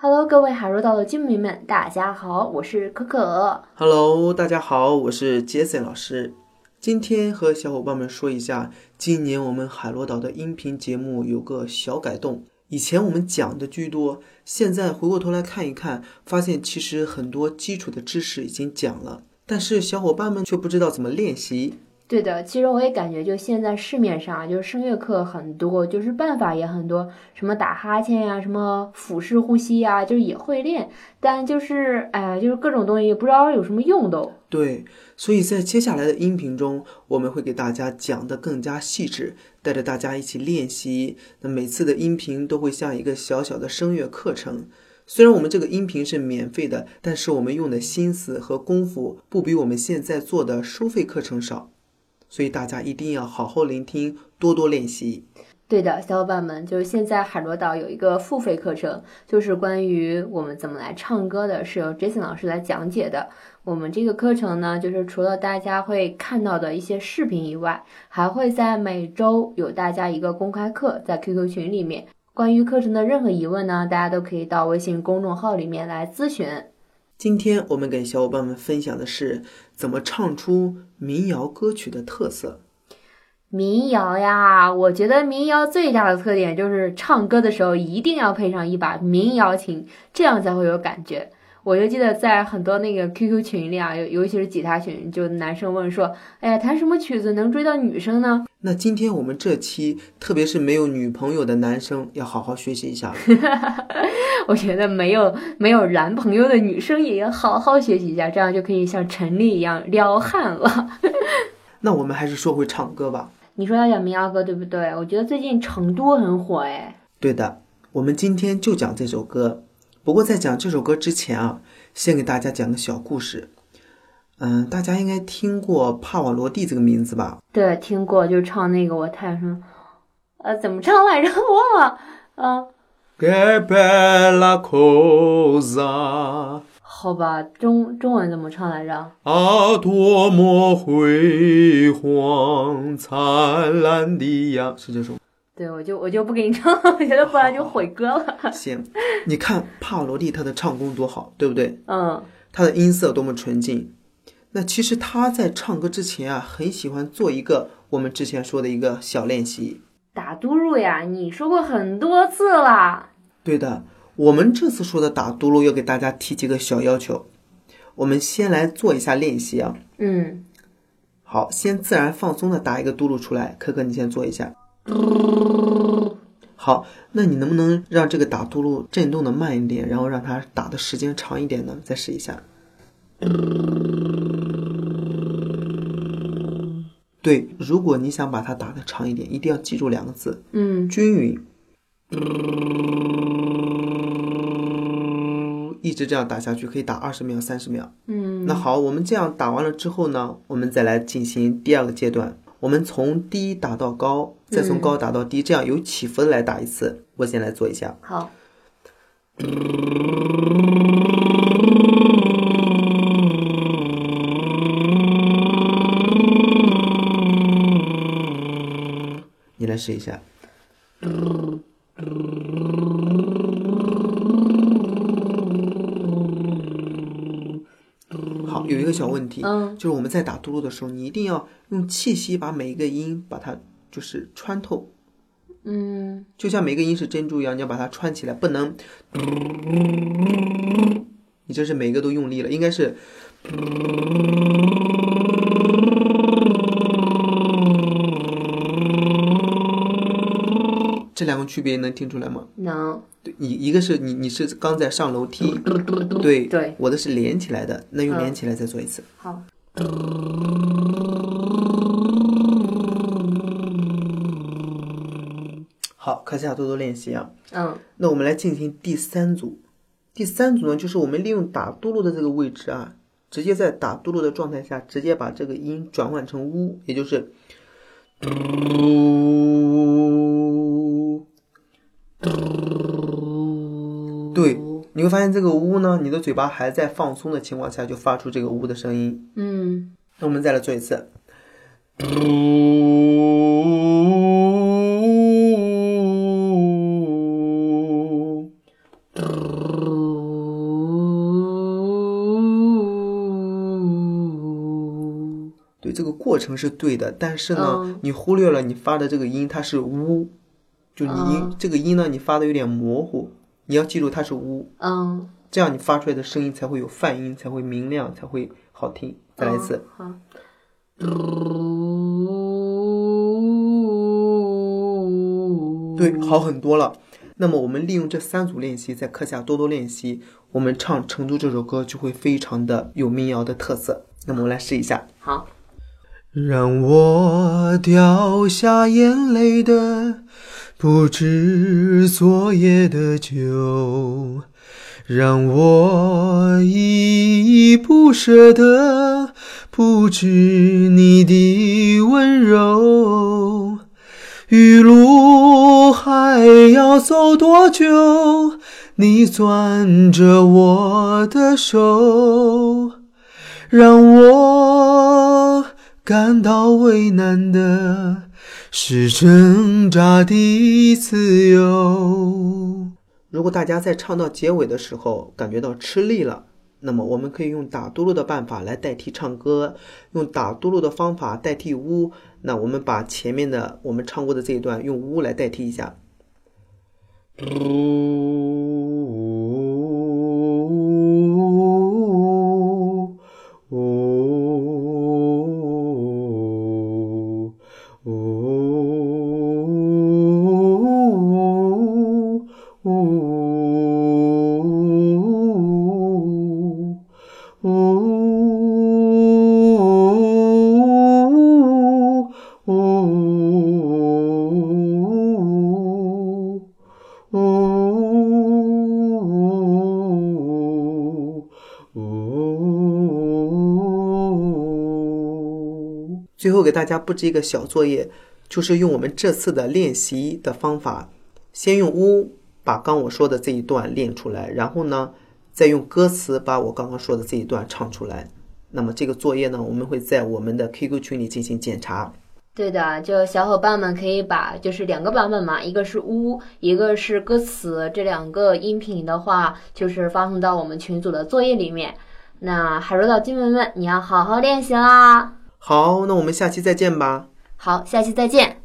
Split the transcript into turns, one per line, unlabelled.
Hello，各位海螺岛的居民们，大家好，我是可可。
Hello，大家好，我是 Jason 老师。今天和小伙伴们说一下，今年我们海螺岛的音频节目有个小改动。以前我们讲的居多，现在回过头来看一看，发现其实很多基础的知识已经讲了，但是小伙伴们却不知道怎么练习。
对的，其实我也感觉，就现在市面上就是声乐课很多，就是办法也很多，什么打哈欠呀，什么腹式呼吸呀，就是也会练，但就是就是各种东西不知道有什么用都。
对，所以在接下来的音频中，我们会给大家讲得更加细致，带着大家一起练习。那每次的音频都会像一个小小的声乐课程。虽然我们这个音频是免费的，但是我们用的心思和功夫不比我们现在做的收费课程少。所以大家一定要好好聆听，多多练习。
对的，小伙伴们，就是现在海螺岛有一个付费课程，就是关于我们怎么来唱歌的，是由 Jason 老师来讲解的。我们这个课程呢，就是除了大家会看到的一些视频以外，还会在每周有大家一个公开课在 QQ 群里面。关于课程的任何疑问呢，大家都可以到微信公众号里面来咨询。
今天我们给小伙伴们分享的是怎么唱出民谣歌曲的特色。
民谣呀，我觉得民谣最大的特点就是唱歌的时候一定要配上一把民谣琴，这样才会有感觉。我就记得在很多那个 QQ 群里啊，尤其是吉他群，就男生问说，哎呀，弹什么曲子能追到女生呢？
那今天我们这期，特别是没有女朋友的男生，要好好学习一下。
我觉得没有男朋友的女生也要好好学习一下，这样就可以像陈粒一样撩汉了。
那我们还是说回唱歌吧。
你说要讲民谣歌对不对？我觉得最近成都很火哎。
对的，我们今天就讲这首歌。不过在讲这首歌之前啊，先给大家讲个小故事。大家应该听过帕瓦罗蒂这个名字吧？
对，听过，就唱那个我太阳升，怎么唱来着？忘了。
Che bella cosa，
好吧，中文怎么唱来着？
啊，多么辉煌灿烂的呀，是这首。
对，我就不给你唱，我觉得不然就毁歌了。
行，你看帕瓦罗蒂他的唱功多好，对不对？
嗯，
他的音色多么纯净。那其实他在唱歌之前啊，很喜欢做一个我们之前说的一个小练习。
打嘟噜呀，你说过很多次啦。
对的，我们这次说的打嘟噜要给大家提几个小要求。我们先来做一下练习啊。好，先自然放松的打一个嘟噜出来。可可，你先做一下。好，那你能不能让这个打嘟噜震动的慢一点，然后让它打的时间长一点呢？再试一下。对，如果你想把它打得长一点，一定要记住两个字，均匀。一直这样打下去，可以打20秒、30秒。那好，我们这样打完了之后呢，我们再来进行第二个阶段。我们从低打到高，再从高打到低，这样有起伏的来打一次。我先来做一下。
好。
你来试一下。好，有一个小问题，就是我们在打嘟噜的时候，你一定要用气息把每一个音把它就是穿透。就像每个音是珍珠一样，你要把它穿起来，不能你这是每个都用力了，应该是这两个区别能听出来吗？
能。
对，一个是你是刚在上楼梯，对，我的是连起来的，那用连起来再做一次。
好。
好，课下多多练习啊。那我们来进行第三组。第三组呢，就是我们利用打嘟噜的这个位置啊，直接在打嘟噜的状态下，直接把这个音转换成呜，也就是对，你会发现这个呜呢，你的嘴巴还在放松的情况下就发出这个呜的声音。那我们再来做一次。 过程是对的，但是呢，你忽略了你发的这个音它是呜，就你这个音呢，你发的有点模糊，你要记住它是呜，这样你发出来的声音才会有泛音，才会明亮，才会好听。再来一次。
好。
对，好很多了。那么我们利用这3组练习，在课下多多练习，我们唱《成都》这首歌就会非常的有民谣的特色。那么我们来试一下。
好。
让我掉下眼泪的不止昨夜的酒，让我依依不舍的不止你的温柔，余路还要走多久，你攥着我的手，让我感到为难的是挣扎的自由。如果大家在唱到结尾的时候感觉到吃力了，那么我们可以用打嘟噜的办法来代替唱歌，用打嘟噜的方法代替呜。那我们把前面的我们唱过的这一段用呜来代替一下。最后给大家布置一个小作业，就是用我们这次的练习的方法，先用呜把刚我说的这一段练出来，然后呢再用歌词把我刚刚说的这一段唱出来。那么这个作业呢，我们会在我们的 QQ 群里进行检查。
对的，就小伙伴们可以把就是2个版本嘛，一个是呜，一个是歌词，这2个音频的话就是发送到我们群组的作业里面。那海螺岛精灵们，你要好好练习啦。
好，那我们下期再见吧。
好，下期再见。